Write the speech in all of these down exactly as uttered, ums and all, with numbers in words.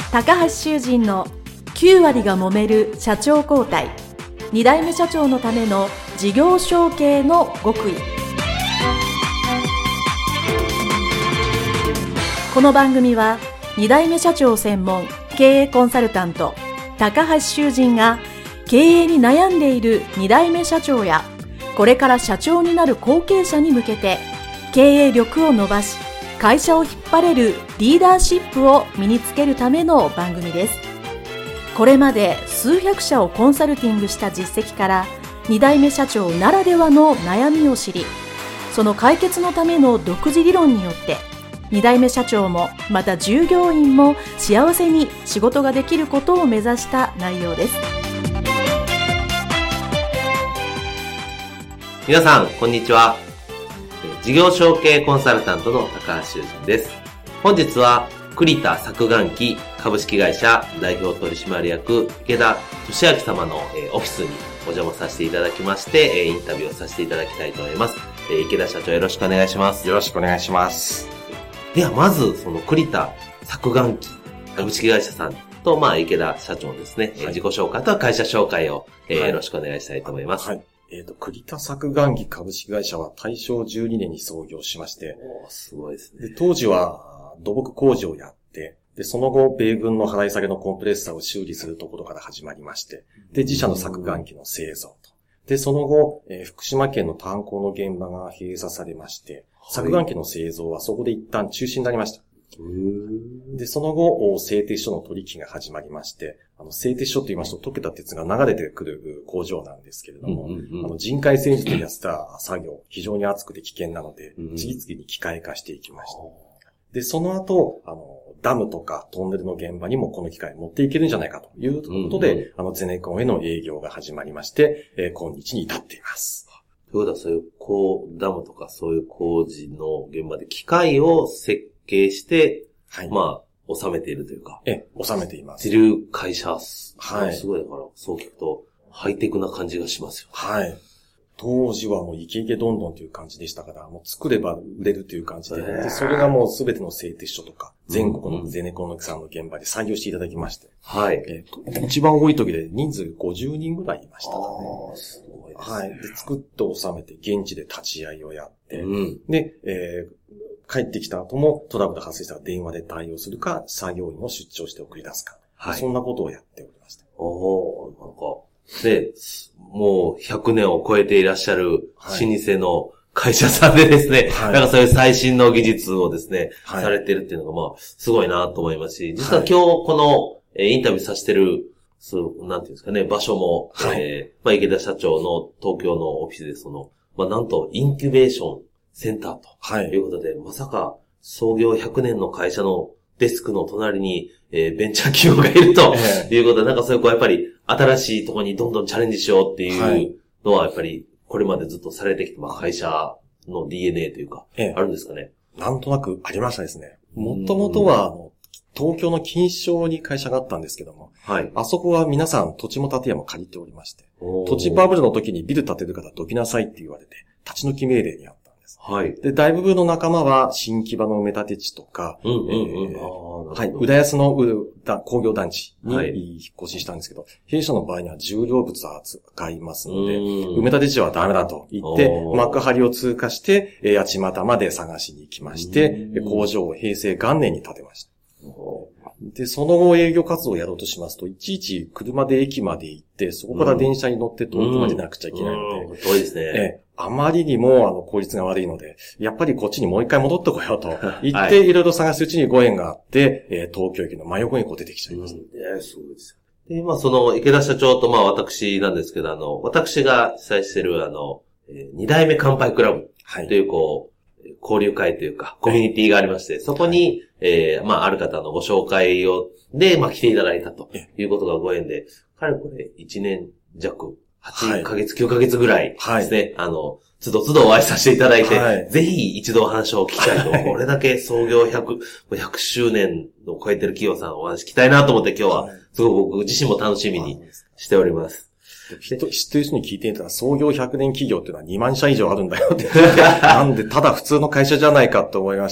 高橋修人のきゅう割が揉める社長交代、に代目社長のための事業承継の極意。この番組はに代目社長専門経営コンサルタント高橋修人が経営に悩んでいるに代目社長やこれから社長になる後継者に向けて経営力を伸ばし会社を引っ張れるリーダーシップを身につけるための番組です。これまで数百社をコンサルティングした実績からに代目社長ならではの悩みを知り、その解決のための独自理論によってに代目社長もまた従業員も幸せに仕事ができることを目指した内容です。 皆さんこんにちは。事業承継コンサルタントの高橋修人です。本日は栗田作願機株式会社代表取締役池田俊明様のオフィスにお邪魔させていただきましてインタビューをさせていただきたいと思います。池田社長よろしくお願いします。 よろしくお願いします。 ではまずその栗田作願機株式会社さんとまあ池田社長ですね、はい、自己紹介と会社紹介を、えーはい、よろしくお願いしたいと思います。 はい。えっ、ー、と、栗田作願機株式会社は大正じゅうにねんに創業しまして、 おすごいですね。 で当時は土木工事をやって、で、その後、米軍の払い下げのコンプレッサーを修理するところから始まりまして、で、自社の作願機の製造と。で、その後、えー、福島県の炭鉱の現場が閉鎖されまして、はい、作願機の製造はそこで一旦中止になりました。で、その後、製鉄所の取引が始まりまして、あの、製鉄所と言いますと溶けた鉄が流れてくる工場なんですけれども、うんうんうん、あの人海戦術でやった作業、非常に熱くて危険なので、うんうん、次々に機械化していきました。で、その後、あの、ダムとかトンネルの現場にもこの機械持っていけるんじゃないかということで、うんうん、あの、ゼネコンへの営業が始まりまして、えー、今日に至っています。 ということは、そういう、こう、ダムとかそういう工事の現場で機械を設計して、はい、まあ、収めているというか。 え、収めています。 っていう会社、 はい。 すごいだから、そう聞くと、ハイテクな感じがしますよ。 はい。当時はもうイケイケどんどんという感じでしたから、もう作れば売れるという感じで、でそれがもうすべての製鉄所とか、全国のゼネコンのさんの現場で採用していただきまして。 はい。 えー、一番多い時で人数ごじゅうにんぐらいいましたからね。 ああ、すごいですね。 はい。で、作って収めて、現地で立ち会いをやって、 うん、 で、えー帰ってきた後もトラブル発生したら電話で対応するか、作業員を出張して送り出すか。はい。そんなことをやっておりました。 おー、なんか、で、もうひゃくねんを超えていらっしゃる老舗の会社さんでですね、はい、なんかそういう最新の技術をですね、はい、されてるっていうのがまあ、すごいなと思いますし、実は今日この、えー、インタビューさせてる、そう、なんていうんですかね、場所も、はい、えー、まあ池田社長の東京のオフィスでその、まあなんとインキュベーション、センターと。はい。いうことで、まさか創業ひゃくねんの会社のデスクの隣に、えー、ベンチャー企業がいるということで、なんかそういうこうやっぱり新しいところにどんどんチャレンジしようっていうのはやっぱりこれまでずっとされてきて、まあ会社の ディーエヌエー というか、あるんですかね。 なんとなくありましたですね。もともとは、あの、東京の錦糸町に会社があったんですけども、はい。あそこは皆さん土地も建屋も借りておりまして、土地バブルの時にビル建てるからどきなさいって言われて、立ち退き命令にあった。 はい。 で、大部分の仲間は新木場の埋め立て地とか、 うんうんうん。 えー、はい。浦安の工業団地に引っ越ししたんですけど、はい、弊社の場合には重量物を扱いますので、埋め立て地はダメだと言って、幕張を通過して、八街まで探しに行きまして、工場を平成元年に建てました。で、その後営業活動をやろうとしますと、いちいち車で駅まで行って、そこから電車に乗って遠くまでなくちゃいけないので、 遠いですね。 えあまりにも、あの、効率が悪いので、やっぱりこっちにもう一回戻ってこようと言って、はい、いろいろ探すうちにご縁があって、えー、東京駅の真横にこう出てきちゃいました。うん、 えー、そうですよ。で、まあ、その、池田社長と、まあ、私なんですけど、あの、私が主催している、あの、えー、二代目乾杯クラブという、こう、はい、交流会というか、コミュニティがありまして、はい、そこに、えー、まあ、ある方のご紹介を、で、まあ、来ていただいたということがご縁で、彼これいちねん弱、はちかげつ、はい、きゅうかげつぐらいですね、はい、あの、つどつどお会いさせていただいて、はい、ぜひ一度お話を聞きたいと、はい、これだけ創業ひゃく、ひゃくしゅうねんを超えてる企業さんお話聞きたいなと思って今日は、すごく僕自身も楽しみにしております。 知ってる人に聞いてみたら、創業ひゃくねん企業っていうのはにまんしゃ以上あるんだよって。なんで、ただ普通の会社じゃないかと思いました。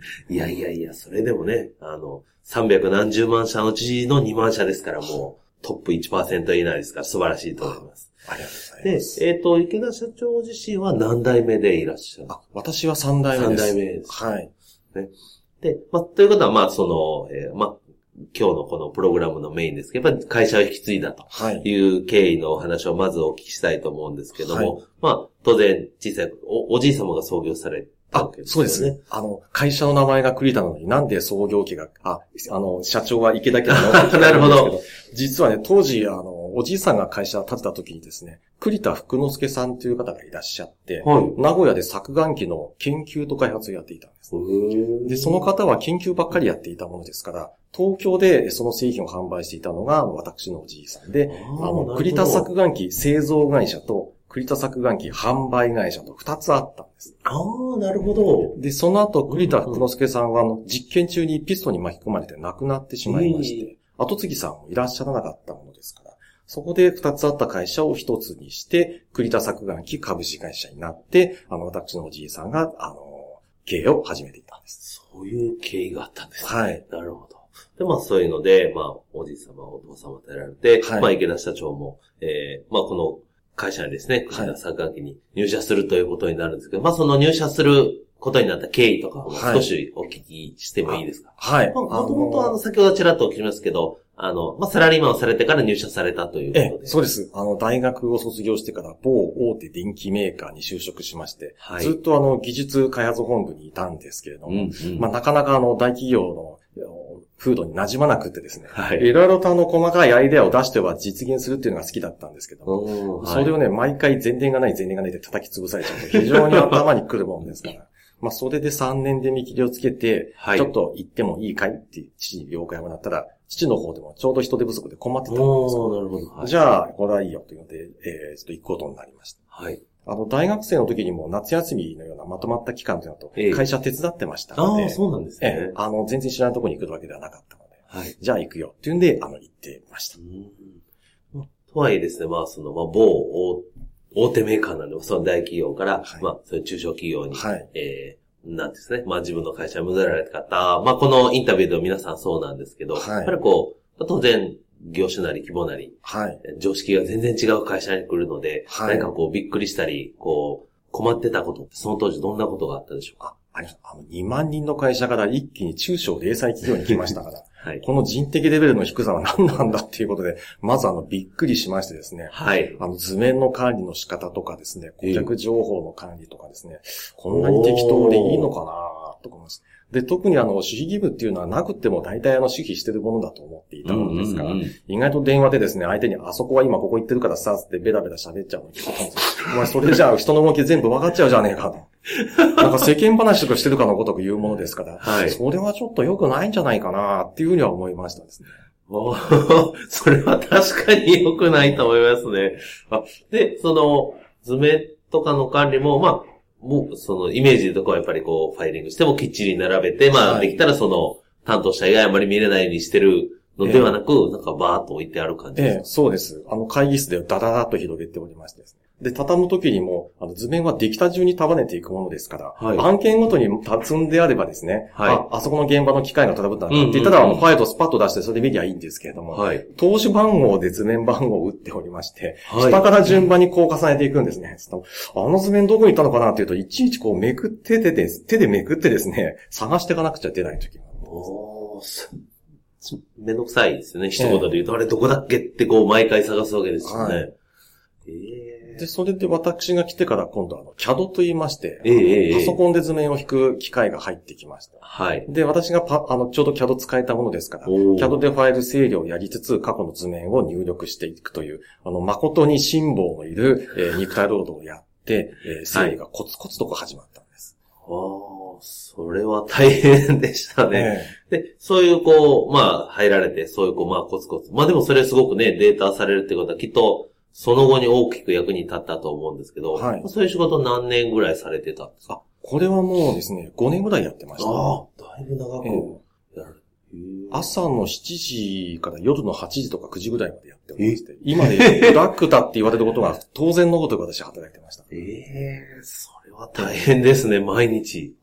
いやいやいや、それでもね、あの、さんびゃくなんじゅうまん社のうちのにまん社ですから、もうトップ いちパーセント 以内ですから素晴らしいと思います。 ありがとうございます。 で、えっ、ー、と、池田社長自身は何代目でいらっしゃる？あ、 私はさん代目です。 さん代目です。 はい。 ね。で、まあ、ということは、まあ、その、えー、まあ、今日のこのプログラムのメインですけど、やっぱり会社を引き継いだという経緯のお話をまずお聞きしたいと思うんですけども、はい、まあ、当然、小さいお、おじい様が創業されたわけですよね。 あ、そうですね。あの、会社の名前が栗田なのになんで創業期が、あ、あの、社長は池田家なのかなるほど。 実はね、当時、あの、おじいさんが会社を建てた時にですね、栗田福之助さんという方がいらっしゃって、はい、名古屋で削岩機の研究と開発をやっていたんです。で、その方は研究ばっかりやっていたものですから、東京でその製品を販売していたのが私のおじいさんで、あの、栗田削岩機製造会社と栗田削岩機販売会社と二つあったんです。 ああ、なるほど。 で、その後、栗田福之助さんはあの実験中にピストンに巻き込まれて亡くなってしまいまして、後継ぎさんもいらっしゃらなかったものですから、そこで二つあった会社を一つにして、栗田削岩機株式会社になって、あの、私のおじいさんが、あの、経営を始めていたんです。 そういう経緯があったんですね。 はい。 なるほど。で、まあそういうので、まあ、おじい様、お父様とやられて、はい、まあ池田社長も、えー、まあこの会社にですね、栗田削岩機に入社するということになるんですけど、はい、まあその入社することになった経緯とかも少しお聞きしてもいいですか？ はい。 まあ、もともとあの、先ほどちらっと聞きますけど、あの、まあ、サラリーマンをされてから入社されたということで。 ええ、そうです。あの、大学を卒業してから某大手電機メーカーに就職しまして、はい、ずっとあの、技術開発本部にいたんですけれども、うんうん、まあ、なかなかあの、大企業の風土に馴染まなくてですね、はい。いろいろとあの、細かいアイデアを出しては実現するっていうのが好きだったんですけども、はい、それをね、毎回前例がない前例がないで叩き潰されちゃうと非常に頭に来るもんですから。まあ、それでさんねんで見切りをつけて、はい、ちょっと行ってもいいかいって父に了解もらったら、父の方でもちょうど人手不足で困ってたんですよ。 なるほど。はい、 じゃあ、これはいいよというので、えー、ちょっと行くことになりました。 はい。 あの、大学生の時にも夏休みのようなまとまった期間というのと、会社手伝ってましたので、 えー、ああ、そうなんですね。 えー、あの、全然知らないところに行くわけではなかったので、はい。じゃあ行くよっていうんで、あの、行ってました。 うんとはいえですね、まあ、その、まあ、某大手メーカーなんで、その大企業から、はい、まあ、そういう中小企業に、はい、えーなんですね。まあ自分の会社に戻られた方、まあこのインタビューでも皆さんそうなんですけど、はい、やっぱりこう、当然、業種なり規模なり、はい、常識が全然違う会社に来るので、はい、何かこうびっくりしたり、こう、困ってたことって、その当時どんなことがあったでしょうか？ あ、ありあの、にまん人の会社から一気に中小零細企業に来ましたから、はい、この人的レベルの低さは何なんだっていうことで、まずあの、びっくりしましてですね。はい。あの、図面の管理の仕方とかですね、顧客情報の管理とかですね、こんなに適当でいいのかなと思います。で、特にあの、守秘義務っていうのはなくても大体あの、守秘してるものだと思っていたものですから、うんうんうん、意外と電話でですね、相手にあそこは今ここ行ってるからさ、ってベラベラ喋っちゃうのに聞いたんですよ。お前それじゃあ人の動き全部分かっちゃうじゃねえかと。なんか世間話とかしてるかのごとく言うものですから、はい、それはちょっと良くないんじゃないかなっていうふうには思いましたですね。 おそれは確かに良くないと思いますね。あで、その図面とかの管理も、まあ、もうそのイメージのところはやっぱりこうファイリングしてもきっちり並べて、まあ、はい、できたらその担当者以外あまり見れないようにしてるのではなく、えー、なんかバーッと置いてある感じですか？ ええ、そうです。あの会議室でダダダッと広げておりましてですね。で、畳むときにも、あの図面はできた順に束ねていくものですから、はい、案件ごとに積んであればですね、はい、あ、あそこの現場の機械がトラブったんだって言ったら、あのファイルをスパッと出してそれで見りゃいいんですけれども、はい、投資番号で図面番号を打っておりまして、はい、下から順番にこう重ねていくんですね。あの図面どこに行ったのかなっていうと、いちいちこうめくっててで、手でめくってですね、探していかなくちゃ出ないときがあるんです。 おーめんどくさいですよね。一言で言うと、えー、あれどこだっけってこう毎回探すわけですよね。はい、 えー、で、それで私が来てから今度あの キャド と言いまして、 えー、 パソコンで図面を引く機械が入ってきました。はい。で、私がパあのちょうど キャド 使えたものですから、キャド でファイル整理をやりつつ過去の図面を入力していくという、あの誠に辛抱のいる、えー、肉体労働をやって、えー、整理がコツコツとこう始まったんです。 はいそれは大変でしたね。ええ、で、そういうこう、まあ入られて、そういうこう、まあコツコツ。まあでもそれすごくね、データされるってことはきっと、その後に大きく役に立ったと思うんですけど、はい、そういう仕事何年ぐらいされてたんですか？ これはもうですね、ごねんぐらいやってました。 ああ、だいぶ長くやる。 ええ、朝のしちじから夜のはちじとかくじぐらいまでやっておりまして、今でブラックだって言われることが当然のことが私働いてました。 ええー、それは大変ですね、毎日。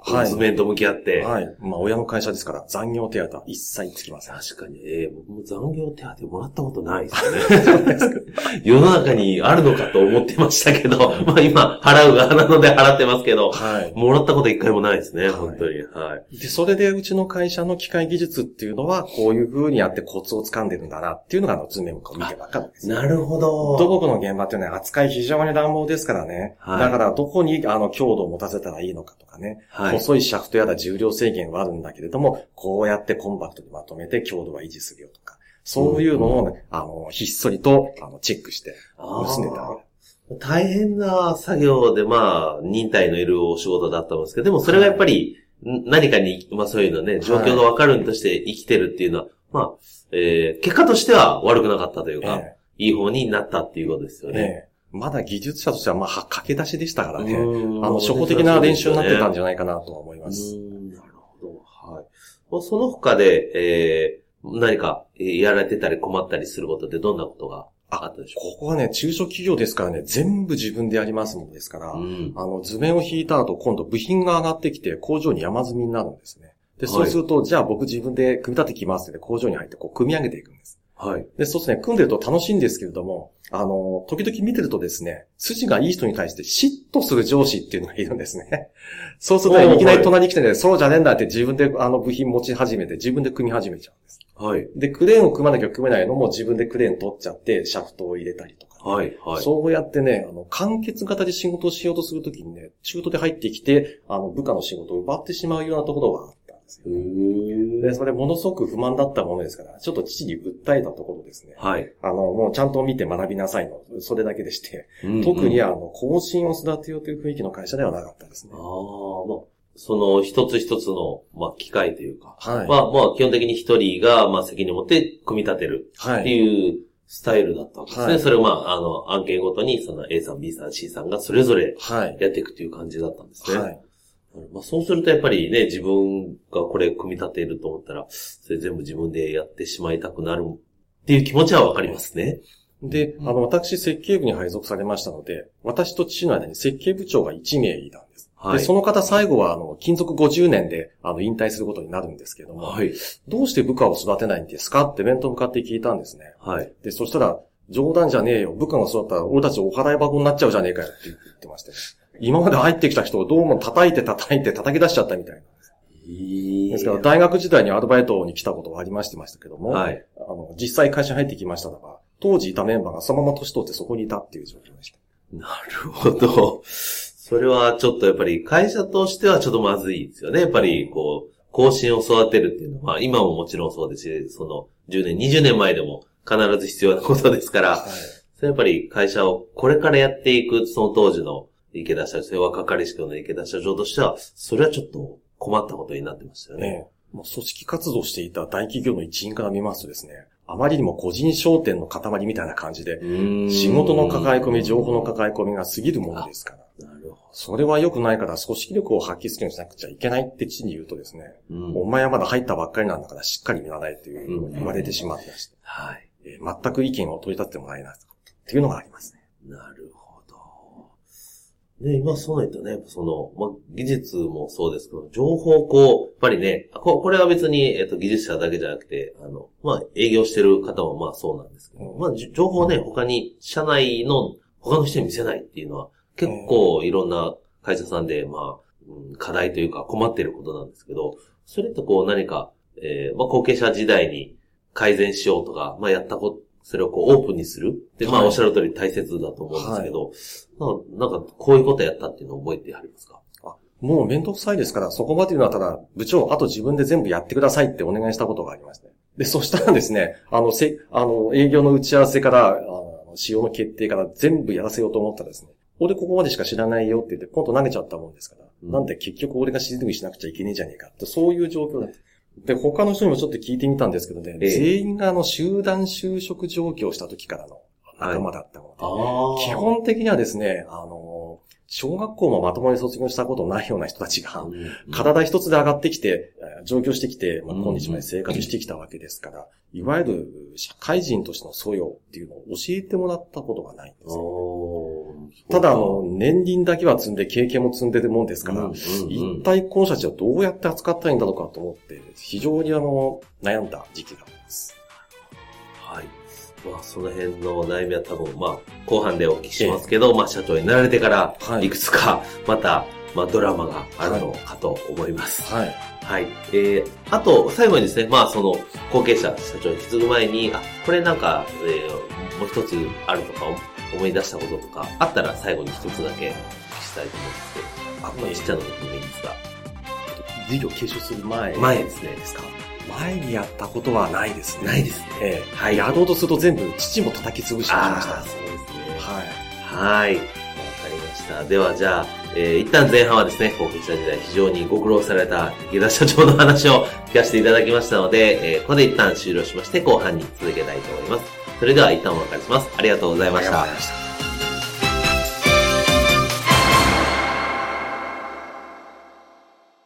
はい。図面と向き合って。 はい。まあ、親の会社ですから、残業手当は一切つきません。 確かに、ええー、僕も残業手当もらったことないですよね。そうですか。世の中にあるのかと思ってましたけど、まあ今、払う側なので払ってますけど、はい。もらったこと一回もないですね、はい、本当に。はい。 で、それでうちの会社の機械技術っていうのは、こういう風にやってコツを掴んでるんだなっていうのが、あの、図面を見てわかるんです、 ね。なるほど。 土木の現場っていうのは扱い非常に乱暴ですからね。はい。だから、どこに、あの、強度を持たせたらいいのかとかね。はい。細いシャフトやら重量制限はあるんだけれども、こうやってコンパクトにまとめて強度は維持するよとか。そういうのをね、うん、あの、ひっそりと、あの、チェックして、盗んでてあげる。 大変な作業で、まあ、忍耐のいるお仕事だったんですけど、でもそれがやっぱり、はい、何かに、まあそういうのね、状況がわかるんとして生きてるっていうのは、はい、まあ、えー、結果としては悪くなかったというか、えー、いい方になったっていうことですよね。えーまだ技術者としては、まあ、駆け出しでしたからね。あの、初歩的な練習になってたんじゃないかなとは思います。 うーんなるほど。はい。その他で、えー、何かやられてたり困ったりすることってどんなことがあったでしょうか？ ここはね、中小企業ですからね、全部自分でやりますもんですから、うん、あの、図面を引いた後、今度部品が上がってきて、工場に山積みになるんですね。で、そうすると、はい、じゃあ僕自分で組み立てきますって、工場に入ってこう、組み上げていくんです。はい。で、そうですね、組んでると楽しいんですけれども、あの、時々見てるとですね、筋がいい人に対して嫉妬する上司っていうのがいるんですね。そうすると、ね、いきなり隣に来てね、はい、そうじゃねえんだって自分であの部品持ち始めて、自分で組み始めちゃうんです。はい。で、クレーンを組まなきゃ組めないのも自分でクレーン取っちゃって、シャフトを入れたりとか、ね。はい、はい。そうやってね、あの、完結型で仕事をしようとするときにね、中途で入ってきて、あの、部下の仕事を奪ってしまうようなところがあったんですよ、ね。で、それものすごく不満だったものですから、ちょっと父に訴えたところですね。はい。あの、もうちゃんと見て学びなさいの、それだけでして、うんうん、特にあの、後進を育てようという雰囲気の会社ではなかったですね。ああ、 まあ。その一つ一つの、まあ、機械というか、はい。まあ、まあ、基本的に一人が、まあ、責任を持って組み立てるっていうスタイルだったんですね。はい、それをまあ、あの、案件ごとに、その A さん、B さん、C さんがそれぞれやっていくという感じだったんですね。はい。まあ、そうするとやっぱりね、自分がこれ組み立てると思ったら、それ全部自分でやってしまいたくなるっていう気持ちはわかりますね。 で、あの、私、設計部に配属されましたので、私と父の間に設計部長がいち名いたんです。はい、で、その方最後は、あの、勤続ごじゅうねんで、あの、引退することになるんですけども、はい、どうして部下を育てないんですかって面と向かって聞いたんですね。はい。で、そしたら、冗談じゃねえよ。部下が育ったら、俺たちお払い箱になっちゃうじゃねえかよって言ってまして、ね。今まで入ってきた人をどうも叩いて叩いて叩き出しちゃったみたいなんです。へー。ですから、大学時代にアルバイトに来たことはありましてましたけども、はい。あの、実際会社に入ってきましたのが、当時いたメンバーがそのまま年取ってそこにいたっていう状況でした。 なるほど。それはちょっとやっぱり会社としてはちょっとまずいですよね。やっぱりこう、後進を育てるっていうのは、今ももちろんそうですし、そのじゅうねん、にじゅうねんまえでも必ず必要なことですから、はい、それやっぱり会社をこれからやっていく、その当時の池田社長、若かりし頃の池田社長としては、それはちょっと困ったことになってましたよね。ね、 もう組織活動していた大企業の一員から見ますとですね、あまりにも個人商店の塊みたいな感じで、仕事の抱え込み、情報の抱え込みが過ぎるものですから。なるほど。それは良くないから組織力を発揮するようにしなくちゃいけないって父に言うとですね、うん、お前はまだ入ったばっかりなんだからしっかり見習えというふうに言われてしまってまして、はい、えー、全く意見を取り立ててもらえないっていうのがありますね。 なるほど。ね、今そうなったね、その、まあ、技術もそうですけど、情報こう、やっぱりね、ここれは別に、えっと、技術者だけじゃなくて、あの、まあ、営業してる方もまあそうなんですけど、まあ、情報ね、他に、社内の他の人に見せないっていうのは、結構いろんな会社さんで、まあ、うん、課題というか困っていることなんですけど、それとこう何か、えー、まあ、後継者時代に改善しようとか、まあ、やったこと、それをこうオープンにする。で、まあ、おっしゃる通り大切だと思うんですけど、はい、なんか、こういうことやったっていうのを覚えてありますか？ あ、もうめんどくさいですから、そこまで言うのはただ、部長、あと自分で全部やってくださいってお願いしたことがありましたね。で、そしたらですね、あの、せ、あの、営業の打ち合わせから、あの、仕様の決定から全部やらせようと思ったらですね、俺ここまでしか知らないよって言って、ポンと投げちゃったもんですから、うん、なんで結局俺が指示にしなくちゃいけねえじゃねえかって、そういう状況だった。で、他の人にもちょっと聞いてみたんですけどね、えー、全員があの集団就職上京した時からの仲間だったので、はい、基本的にはですね、あの、小学校もまともに卒業したことないような人たちが、うん、体一つで上がってきて、上京してきて、まあ、今日まで生活してきたわけですから、うん、いわゆる社会人としての素養っていうのを教えてもらったことがないんですよ。 ただ、あの、年輪だけは積んで経験も積んでるもんですから、うんうんうん、一体この人たちはどうやって扱ったらいいんだろうかと思って、非常にあの、悩んだ時期があります。 はい。まあ、その辺の悩みは多分、まあ、後半でお聞きしますけど、ええ、まあ、社長になられてから、いくつか、また、まあ、ドラマがあるのかと思います。はい。はい。えー、あと、最後にですね、まあ、その、後継者、社長に引き継ぐ前に、あ、これなんか、えー、もう一つあるとか、思い出したこととか、あったら最後に一つだけお聞きしたいと思うんですけど、あ、もうちっちゃなことでもいいですか。 事業継承する前。 前ですね。 ですか。前にやったことはないですね。 ないですね。 ええ。はい。やろうとすると全部、父も叩き潰してました。 そうですね。 はい。 はい。わかりました。では、じゃあ、えー、一旦前半はですね、後継者時代非常にご苦労された池田社長の話を聞かせていただきましたので、えー、ここで一旦終了しまして、後半に続けたいと思います。それでは一旦お別れします。ありがとうございました。ありがとうございました。